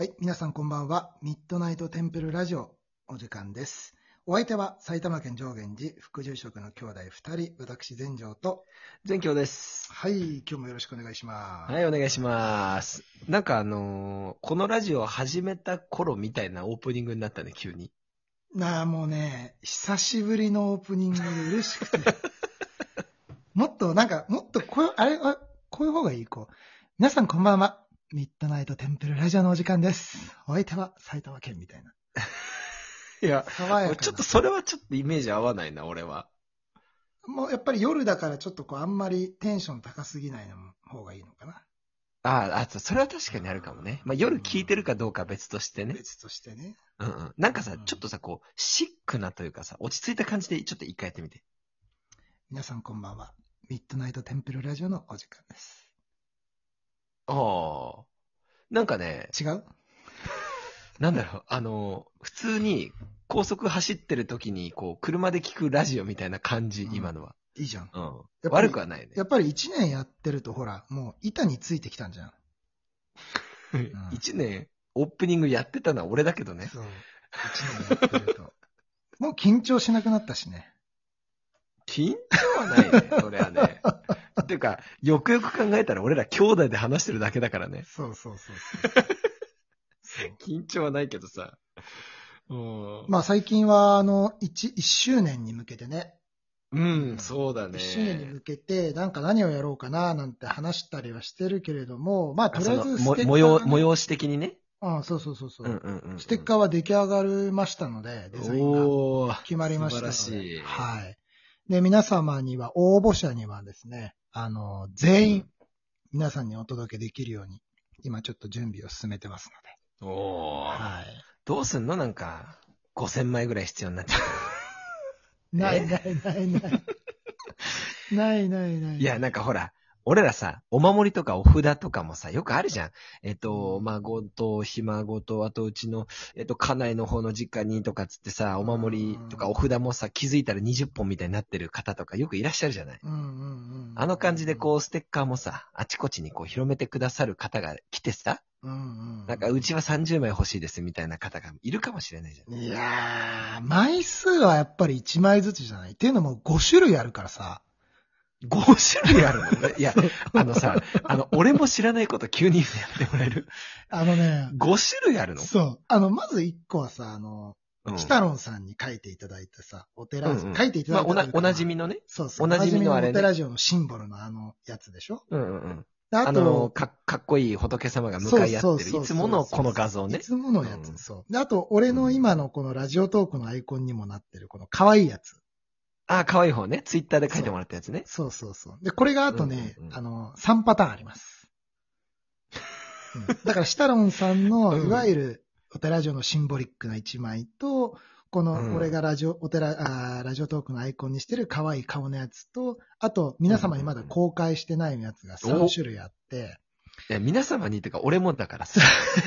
はい、皆さんこんばんは。ミッドナイトテンプルラジオお時間です。お相手は埼玉県上源寺副住職の兄弟2人、私全成と。 全教です。 はい、今日もよろしくお願いします。 はい、お願いします。なんかこのラジオ始めた頃みたいなオープニングになったね、急に。 もうね、久しぶりのオープニングで嬉しくて。もっとこういう方がいい。皆さんこんばんは。ミッドナイトテンプルラジオのお時間です。お相手は埼玉県みたいな。 いや、 爽やかな。 ちょっとそれはちょっとイメージ合わないな、俺は。 もうやっぱり夜だからちょっとあんまりテンション高すぎないの方がいいのかな。 それは確かにあるかもね。まあ、夜聞いてるかどうかは別としてね。 別としてね。 うんうん。なんかさ、ちょっとさ、シックなというかさ、落ち着いた感じでちょっと一回やってみて。 皆さんこんばんは。ミッドナイトテンプルラジオのお時間です。 ああ。なんかね、 違う？ なんだろう、普通に高速走ってる時に、車で聞くラジオみたいな感じ、今のは。 いいじゃん。 うん。 やっぱり悪くはないね。 やっぱり1年やってるとほら、もう板についてきたんじゃん。 1年、オープニングやってたのは俺だけどね。 そう。1年やってると。もう緊張しなくなったしね。 緊張はないね、それはね。っていうか、よくよく考えたら俺ら兄弟で話してるだけだからね。 そう。そう緊張はないけどさ。 まあ最近は1周年に向けてね。 うん、そうだね。 1周年に向けて、なんか何をやろうかななんて話したりはしてるけれども、まあとりあえずステッカーがね、 催し的にね。 そう。 うん。 ステッカーは出来上がりましたので、デザインが決まりましたので。 素晴らしい。 はい。で、皆様には、応募者にはですね、全員、皆さんにお届けできるように、今ちょっと準備を進めてますので。はい。 どうすんのなんか、5000枚ぐらい必要になっちゃう。 ない。 いや、なんかほら、俺らさ、お守りとかお札とかもさ、よくあるじゃん。孫とひ孫と、あとうちの、家内の方の実家にとかつってさ、お守りとかお札もさ、気づいたら20本みたいになってる方とかよくいらっしゃるじゃない。あの感じでステッカーもさ、あちこちに広めてくださる方が来てさ、なんかうちは30枚欲しいですみたいな方がいるかもしれないじゃん。 いやー、枚数はやっぱり1枚ずつじゃない。っていうのも5種類あるからさ。 5種類あるのね。いや、俺も知らないこと急にやってもらえる。5種類あるの？ そう。まず1個はさ、チタロンさんに書いていただいたさ、お寺、書いていただいた。 まあ、おなじみのね。 そう。 おなじみのあれね。 お寺城のシンボルのやつでしょ？ あと、かっこいい仏様が向かい合ってる。いつものこの画像ね。 いつものやつ。そう。で、あと、俺の今のこのラジオトークのアイコンにもなってる、この可愛いやつ。 可愛い方ね。ツイッターで書いてもらったやつね。 そう。で、これがあとね、3パターンあります。だから、シタロンさんの、いわゆる、お寺城のシンボリックな1枚と、この、俺がラジオトークのアイコンにしてる可愛い顔のやつと、あと、皆様にまだ公開してないやつが3種類あって、 いや、皆様にっていうか、俺もだからさ。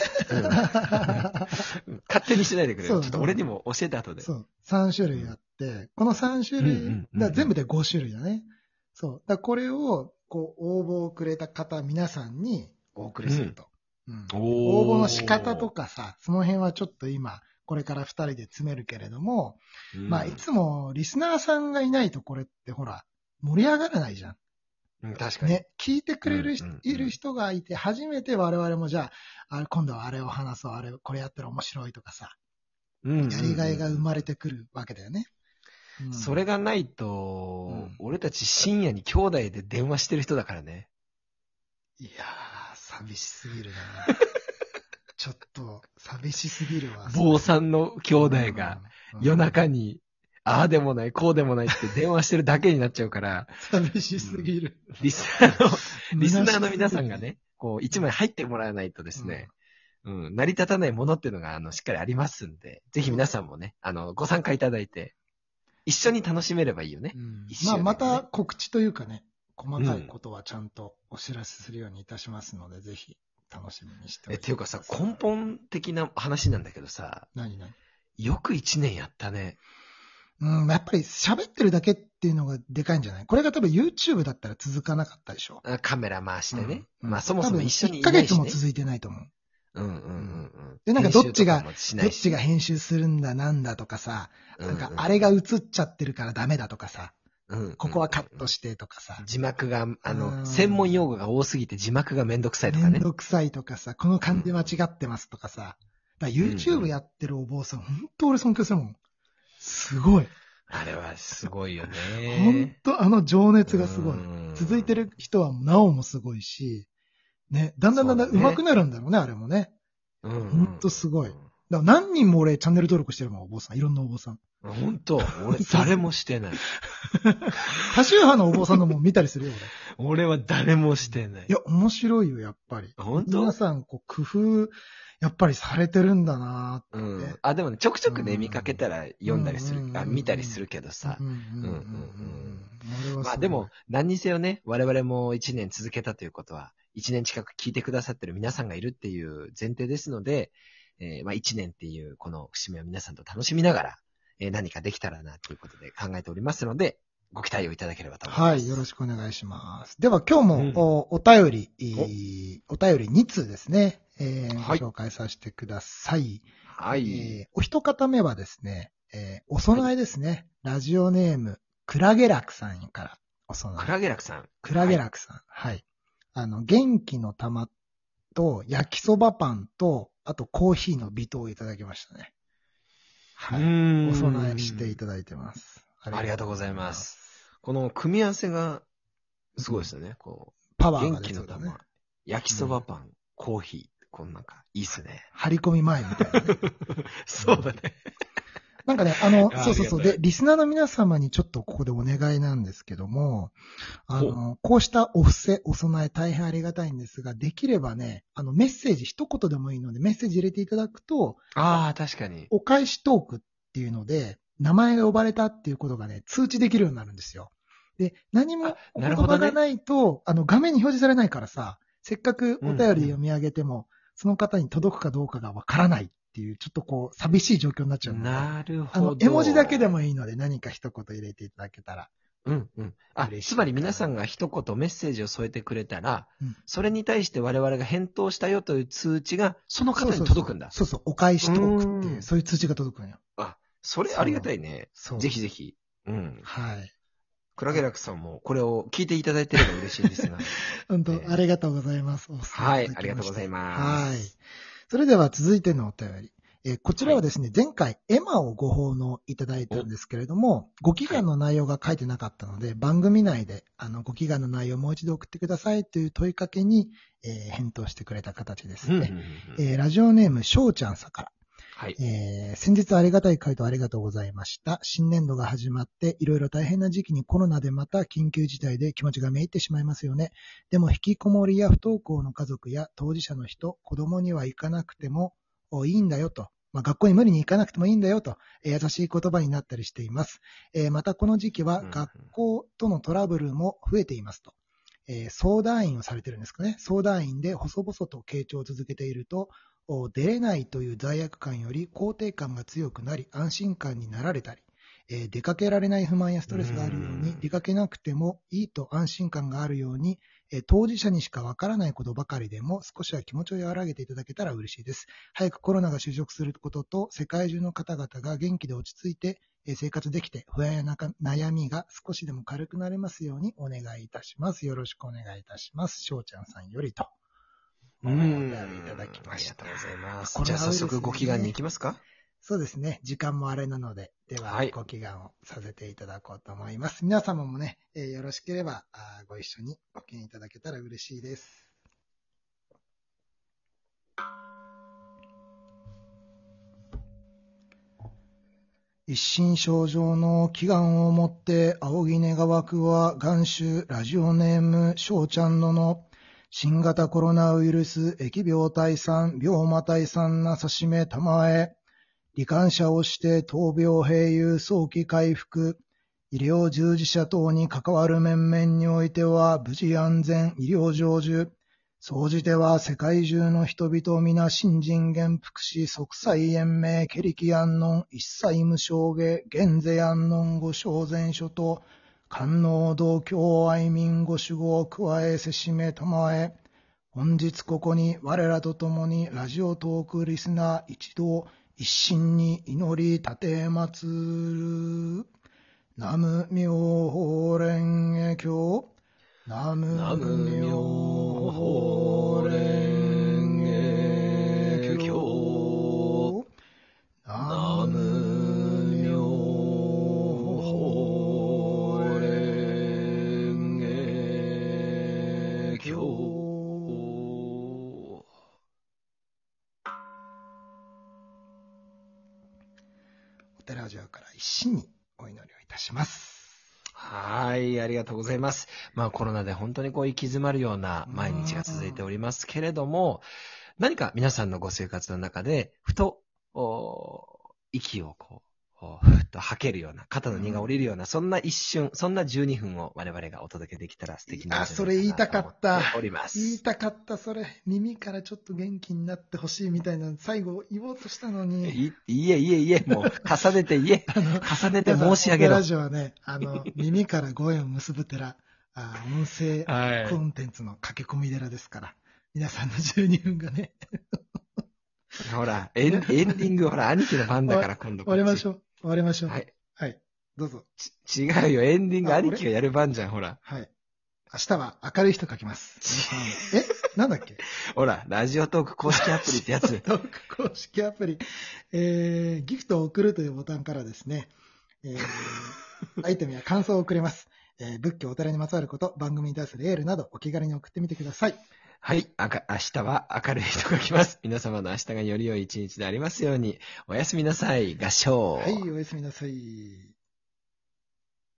勝手にしないでくれよ。ちょっと俺にも教えて後で。 そう。3種類あって、この3種類、全部で5種類だね。そう。だこれを、応募をくれた方、皆さんにお送りすると。応募の仕方とかさ、その辺はちょっと今、これから2人で詰めるけれども、まあ、いつもリスナーさんがいないとこれってほら、盛り上がらないじゃん。 確かに。 ね、聞いてくれるいる人がいて、初めて我々もじゃあ、今度はあれを話そう、これやったら面白いとかさ、やりがいが生まれてくるわけだよね。 それがないと、俺たち深夜に兄弟で電話してる人だからね。 いやー、寂しすぎるな。ちょっと、寂しすぎるわ。 坊さんの兄弟が夜中に、ああでもない、こうでもないって電話してるだけになっちゃうから。 寂しすぎる。 リスナーの皆さんがね、一枚入ってもらわないとですね、成り立たないものっていうのが、しっかりありますんで、ぜひ皆さんもね、ご参加いただいて、一緒に楽しめればいいよね。 まあ、また告知というかね、細かいことはちゃんとお知らせするようにいたしますので、ぜひ楽しみにしておいてください。 っていうかさ、根本的な話なんだけどさ、 何よく1年やったね。 やっぱり喋ってるだけっていうのがでかいんじゃない？これが多分 YouTube だったら続かなかったでしょ。 カメラ回してね。まあそもそも一緒にいないし、ね。 1ヶ月も続いてないと思う。 で、なんかどっちが編集するんだなんだとかさ、なんかあれが映っちゃってるからダメだとかさ、ここはカットしてとかさ。 字幕が、専門用語が多すぎて字幕がめんどくさいとかね。 めんどくさいとかさ、この漢字間違ってますとかさ。だから YouTube やってるお坊さん、ほんと俺尊敬するもん。すごい。 あれはすごいよね。 ほんとあの情熱がすごい。続いてる人はなおもすごいし、ね、だんだん上手くなるんだろうね、あれもね。ほんとすごい。だから何人も俺チャンネル登録してるもん、お坊さん。いろんなお坊さん。 ほんと俺誰もしてない。 多宗派のお坊さんのも見たりするよ、 俺は誰もしてない。 いや、面白いよ、やっぱり。 ほんと皆さん、こう、工夫、やっぱりされてるんだなーって。 でもね、ちょくちょくね、見かけたら読んだりする、見たりするけどさ。まあでも、何にせよね、我々も1年続けたということは、1年近く聞いてくださってる皆さんがいるっていう前提ですので、まあ1年っていうこの節目を皆さんと楽しみながら、何かできたらなということで考えておりますので、ご期待をいただければと思います。 はい、よろしくお願いします。では今日もお便り、お便り2通ですね、ご紹介させてください。 はい。 お一方目はですね、お供えですね。ラジオネーム、クラゲラクさんからお供え。 クラゲラクさん。 クラゲラクさん。はい。元気の玉と焼きそばパンと、あとコーヒーの微糖をいただきましたね。はい。お供えしていただいてます。 ありがとうございます。この組み合わせがすごいですよね。こうパワーが元気の玉、焼きそばパン、コーヒー、こんなんかいいっすね。 張り込み前みたいなね。 そうだね。 なんかね、そう。で、リスナーの皆様にちょっとここでお願いなんですけども、こうしたお布施、お供え大変ありがたいんですが、できればね、メッセージ一言でもいいので、メッセージ入れていただくと、 確かに。 お返しトークっていうので、名前が呼ばれたっていうことがね、通知できるようになるんですよ。で、何もお言葉がないと、画面に表示されないからさ、せっかくお便り読み上げても、その方に届くかどうかがわからないっていう、ちょっとこう、寂しい状況になっちゃうので。 なるほど。 絵文字だけでもいいので、何か一言入れていただけたら。 つまり皆さんが一言メッセージを添えてくれたら、それに対して我々が返答したよという通知が、その方に届くんだ。 そう、お返しトークっていう、そういう通知が届くんよ。 それありがたいね。ぜひぜひ。 はい。 クラゲラクさんもこれを聞いていただいてれば嬉しいですが。 本当、ありがとうございます。 はい、ありがとうございます。 はい。それでは続いてのお便り。こちらはですね、前回エマをご奉納いただいたんですけれども、ご祈願の内容が書いてなかったので、番組内でご祈願の内容をもう一度送ってくださいという問いかけに、返答してくれた形ですね。ラジオネームしょうちゃんさんから。はい。先日ありがたい回答ありがとうございました。新年度が始まっていろいろ大変な時期にコロナでまた緊急事態で気持ちがめいってしまいますよね。でも引きこもりや不登校の家族や当事者の人、子供には行かなくてもいいんだよと。学校に無理に行かなくてもいいんだよと、優しい言葉になったりしています。またこの時期は学校とのトラブルも増えていますと。相談員をされてるんですかね。相談員で細々と傾聴を続けていると、出れないという罪悪感より肯定感が強くなり安心感になられたり、出かけられない不満やストレスがあるように出かけなくてもいいと安心感があるように、当事者にしかわからないことばかりでも少しは気持ちを和らげていただけたら嬉しいです。早くコロナが収束することと世界中の方々が元気で落ち着いて生活できて不安や悩みが少しでも軽くなれますようにお願いいたします。よろしくお願いいたします。しょうちゃんさんよりと。お便りいただきました。 ありがとうございます。じゃあ早速ご祈願に行きますか？ そうですね。時間もあれなので、ではご祈願をさせていただこうと思います。皆様もね、よろしければご一緒にご祈願いただけたら嬉しいです。一心症状の祈願をもって仰ぎ願わくは願主ラジオネームしょうちゃんの新型コロナウイルス疫病退散病魔退散なさしめたまえ罹患者をして闘病併誘早期回復医療従事者等に関わる面々においては無事安全医療成就総じては世界中の人々皆新人元福祉即歳延命ケリキ安穏一切無償下現世安穏ご正前書と官能道教愛民ご守護を加えせしめたまえ本日ここに我らと共にラジオトークリスナー一同一心に祈り立て祭る。ナム妙法蓮華経。ナム妙法蓮華経。ナム妙法蓮華経。お寺城から一心にお祈りをいたします。 はい、ありがとうございます。まあコロナで本当にこう行き詰まるような毎日が続いておりますけれども、何か皆さんのご生活の中で、ふと、息をこう、ふっと吐けるような、肩の荷が下りるような、そんな一瞬、そんな12分を我々がお届けできたら素敵な。 それ言いたかった。 おります。 言いたかった、それ。耳からちょっと元気になってほしいみたいな、最後言おうとしたのに。 いえ、もう、重ねて言え。重ねて申し上げろ。 ラジオはね、耳からご縁を結ぶ寺、音声コンテンツの駆け込み寺ですから、皆さんの12分がね。 ほら、エンディング、ほら、兄貴の番だから今度。 終わりましょう。はい。はい。どうぞ。 違うよ、エンディング兄貴がやる番じゃん、ほら。 はい。明日は明るい人書きます。なんだっけほら、ラジオトーク公式アプリってやつ。 ラジオトーク公式アプリ。ギフトを送るというボタンからですね、アイテムや感想を送れます。仏教お寺にまつわること、番組に対するエールなどお気軽に送ってみてください。 はい。明日は明るい人が来ます。皆様の明日がより良い一日でありますように。おやすみなさい。合唱。 はい、おやすみなさい。